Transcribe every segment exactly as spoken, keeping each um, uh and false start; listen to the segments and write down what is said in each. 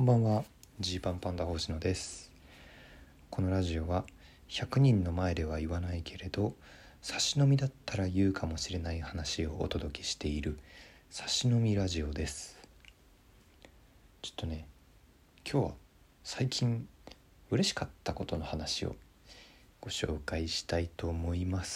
こんばんは、ジーパンパンダ星野です。このラジオはひゃくにんの前では言わないけれど差し飲みだったら言うかもしれない話をお届けしている差し飲みラジオです。ちょっとね、今日は最近嬉しかったことの話をご紹介したいと思います。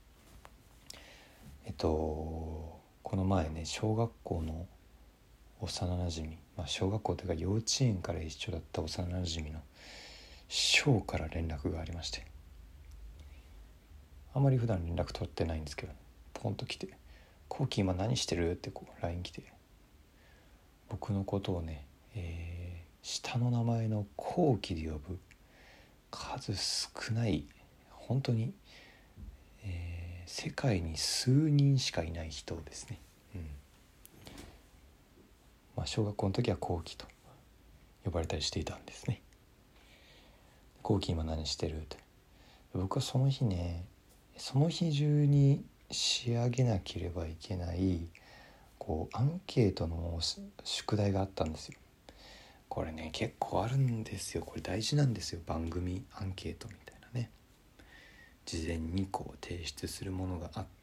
えっとこの前ね、小学校の幼なじみ、まあ、小学校というか幼稚園から一緒だった幼なじみの翔から連絡がありまして、あまり普段連絡取ってないんですけど、ポンと来て、コウキ今何してるってこう ライン 来て、僕のことをね、えー、下の名前のコウキで呼ぶ数少ない本当に、えー、世界に数人しかいない人ですね。うんまあ、小学校の時はコウキと呼ばれたりしていたんですね。コウキ今何してるって、僕はその日ね、その日中に仕上げなければいけないこうアンケートの宿題があったんですよ。これね結構あるんですよ。これ大事なんですよ。番組アンケートみたいなね、事前にこう提出するものがあって、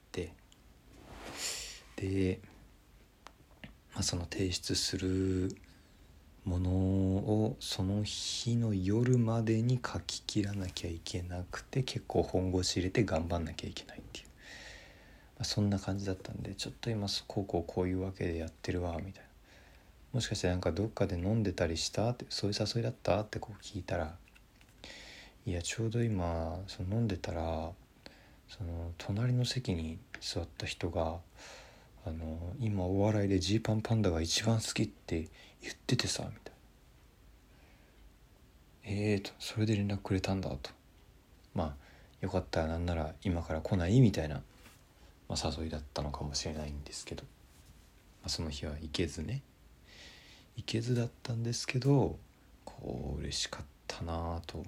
で、まあ、その提出するものをその日の夜までに書き切らなきゃいけなくて、結構本腰入れて頑張んなきゃいけないっていう、まあ、そんな感じだったんで、ちょっと今こうこうこういうわけでやってるわみたいな、もしかしてなんかどっかで飲んでたりしたって、そういう誘いだったってこう聞いたら、いやちょうど今その飲んでたら、その隣の席に座った人があの今お笑いでジーパンパンダが一番好きって言っててさみたいな、えーとそれで連絡くれたんだと、まあよかったらなんなら今から来ないみたいな、まあ、誘いだったのかもしれないんですけど、まあ、その日は行けずね行けずだったんですけど、こう嬉しかったなと思って、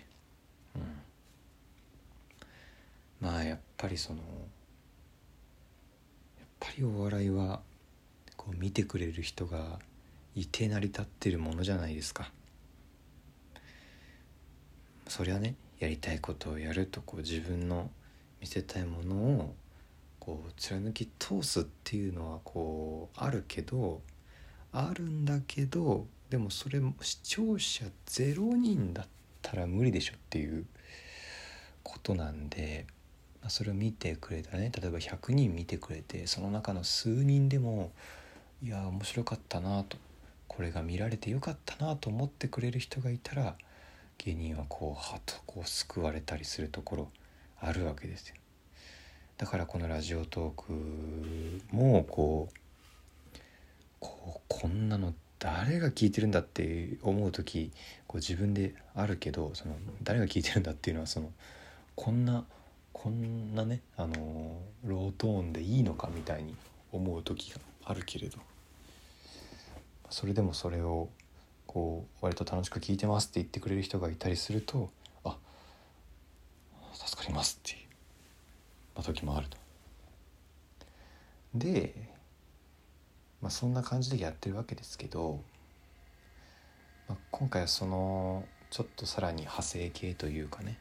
うん、まあやっぱりそのやっぱりお笑いはこう見てくれる人がいて成り立ってるものじゃないですか。そりゃね、やりたいことをやるとこう自分の見せたいものをこう貫き通すっていうのはこうあるけどあるんだけどでもそれ視聴者ゼロにんだったら無理でしょっていうことなんで、まあ、それを見てくれたらね、例えばひゃくにん見てくれて、その中の数人でもいや面白かったなと、これが見られてよかったなと思ってくれる人がいたら、芸人はこうはっとこう救われたりするところあるわけですよ。だからこのラジオトークもこうこうこんなの誰が聞いてるんだって思う時こう自分であるけど、その誰が聞いてるんだっていうのはそのこんなこんなね、あのロートーンでいいのかみたいに思う時があるけれど、それでもそれをこう割と楽しく聞いてますって言ってくれる人がいたりすると、あ、助かりますっていう、まあ、時もあると。で、まあ、そんな感じでやってるわけですけど、まあ、今回はそのちょっとさらに派生系というかね、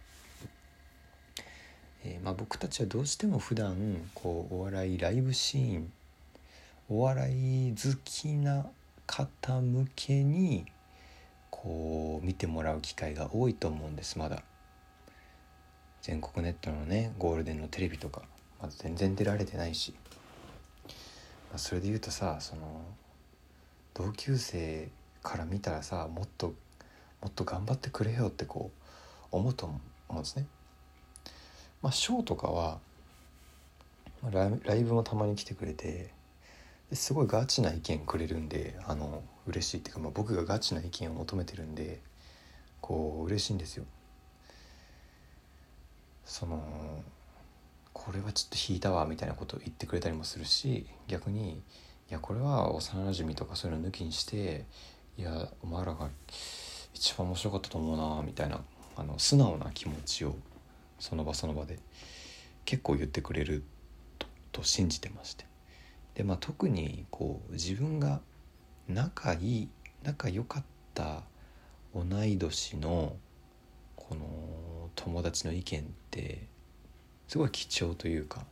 えー、まあ僕たちはどうしても普段こうお笑いライブシーン、お笑い好きな方向けにこう見てもらう機会が多いと思うんです。まだ全国ネットのねゴールデンのテレビとかまだ全然出られてないし、まあ、それで言うとさ、その同級生から見たらさ、もっともっと頑張ってくれよってこう思うと思うんですね。まあショーとかはライブ、ライブもたまに来てくれて、すごいガチな意見くれるんで、あの嬉しいっていうか、まあ、僕がガチな意見を求めてるんでこう嬉しいんですよ。そのこれはちょっと引いたわみたいなことを言ってくれたりもするし、逆にいやこれは幼なじみとかそういうの抜きにして、いやお前らが一番面白かったと思うなみたいな、あの素直な気持ちをその場その場で結構言ってくれる と, と信じてまして、で、まあ、特にこう自分が仲いい仲良かった同い年のこの友達の意見ってすごい貴重というか、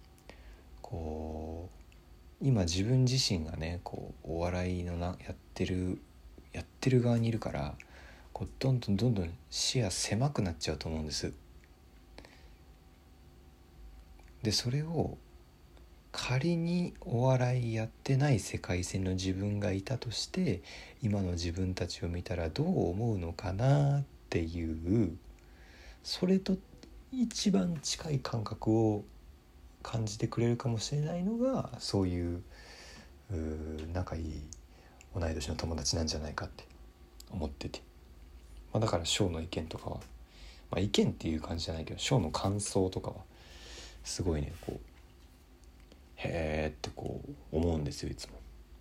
こう今自分自身がねこうお笑いのなやってるやってる側にいるから、こうどんどんどんどん視野狭くなっちゃうと思うんです。でそれを仮にお笑いやってない世界線の自分がいたとして、今の自分たちを見たらどう思うのかなっていう、それと一番近い感覚を感じてくれるかもしれないのが、そういう、うー仲いい同い年の友達なんじゃないかって思ってて、まあ、だからショーの意見とかは、まあ、意見っていう感じじゃないけど、ショーの感想とかはすごいねこうへーってこう思うんですよいつも。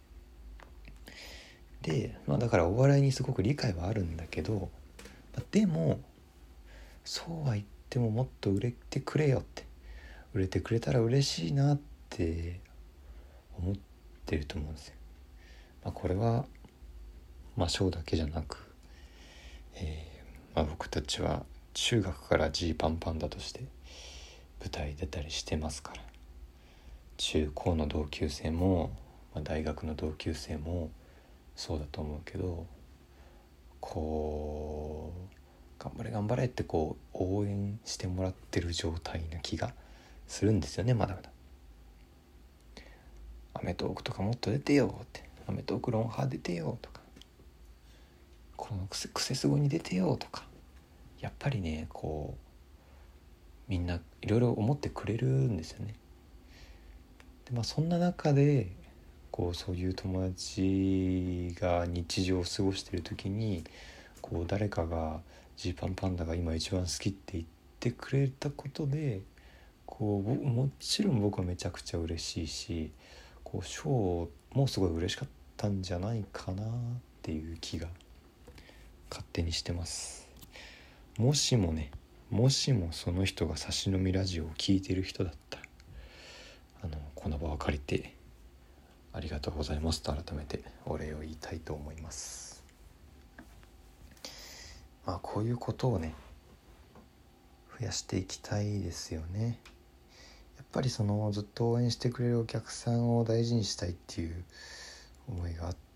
で、まあ、だからお笑いにすごく理解はあるんだけど、まあ、でもそうは言ってももっと売れてくれよって、売れてくれたら嬉しいなって思ってると思うんですよ。まあ、これはまあショーだけじゃなく、えーまあ、僕たちは中学からジーパンパンダとして舞台出たりしてますから、中高の同級生も、まあ、大学の同級生もそうだと思うけど、こう頑張れ頑張れってこう応援してもらってる状態な気がするんですよね。まだまだアメトーークとかもっと出てよって、アメトーークロンハー出てよとか、このクセクセスゴに出てよとか、やっぱりねこうみんないろいろ思ってくれるんですよね。で、まあ、そんな中でこうそういう友達が日常を過ごしている時に、こう誰かがジーパンパンダが今一番好きって言ってくれたことで、こうもちろん僕はめちゃくちゃ嬉しいし、こうショーもすごい嬉しかったんじゃないかなっていう気が勝手にしてます。もしもねもしもその人が差し飲みラジオを聞いてる人だったら、あのこの場を借りてありがとうございますと改めてお礼を言いたいと思います。まあこういうことをね増やしていきたいですよね。やっぱりそのずっと応援してくれるお客さんを大事にしたいっていう思いがあって、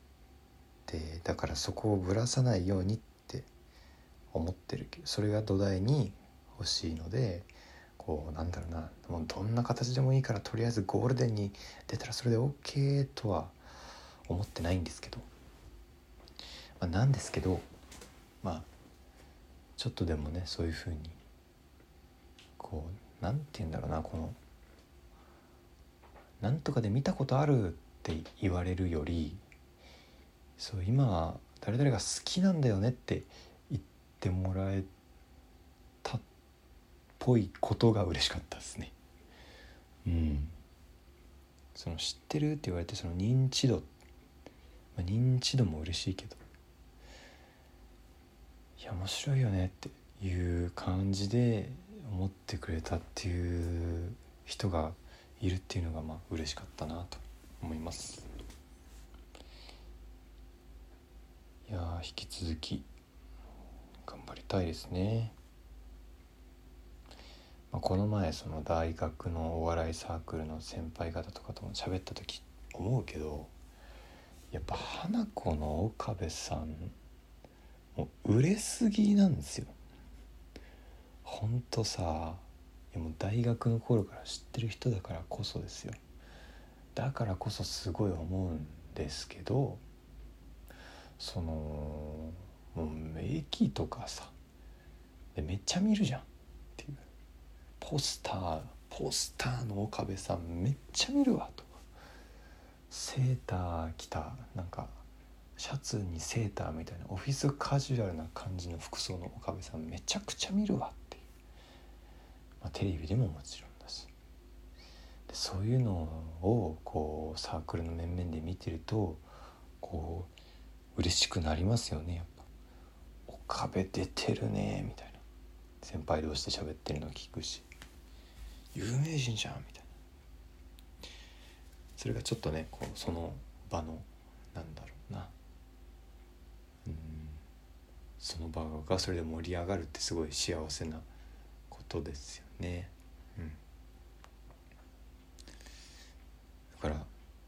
だからそこをぶらさないようにって思ってるけど、それが土台に欲しいので、こうなんだろうな、もうどんな形でもいいからとりあえずゴールデンに出たらそれで OK とは思ってないんですけど、まあ、なんですけどまあちょっとでもねそういう風にこうなんて言うんだろうな、このなんとかで見たことあるって言われるより、そう今誰々が好きなんだよねって言ってもらえたっぽいことが嬉しかったですね。うん。その知ってるって言われてその認知度、まあ、認知度も嬉しいけど、いや面白いよねっていう感じで思ってくれたっていう人がいるっていうのがまあ嬉しかったなと思います。いや引き続き頑張りたいですね。まあ、この前その大学のお笑いサークルの先輩方とかとも喋った時思うけど、やっぱ花子の岡部さんもう売れすぎなんですよ。ほんとさ、いやもう大学の頃から知ってる人だからこそですよ。だからこそすごい思うんですけど、そのもう駅とかさでめっちゃ見るじゃんっていう、ポスターポスターの岡部さんめっちゃ見るわとか、セーター着たなんかシャツにセーターみたいなオフィスカジュアルな感じの服装の岡部さんめちゃくちゃ見るわっていう、まあ、テレビでももちろんだし、でそういうのをこうサークルの面々で見てるとこう嬉しくなりますよね。やっぱ岡部出てるねみたいな、先輩同士で喋ってるの聞くし、有名人じゃんみたいな、それがちょっとねこうその場のなんだろうなその場がそれで盛り上がるってすごい幸せなことですよね。うん、だから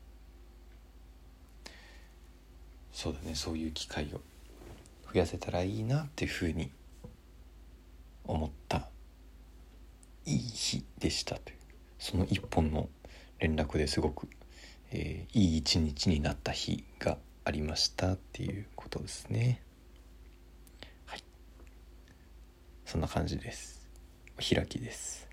そうだね、そういう機会を増やせたらいいなっていうふうに思ったいい日でしたという、その一本の連絡ですごく、えー、いい一日になった日がありましたっていうことですね。はい、そんな感じです。お開きです。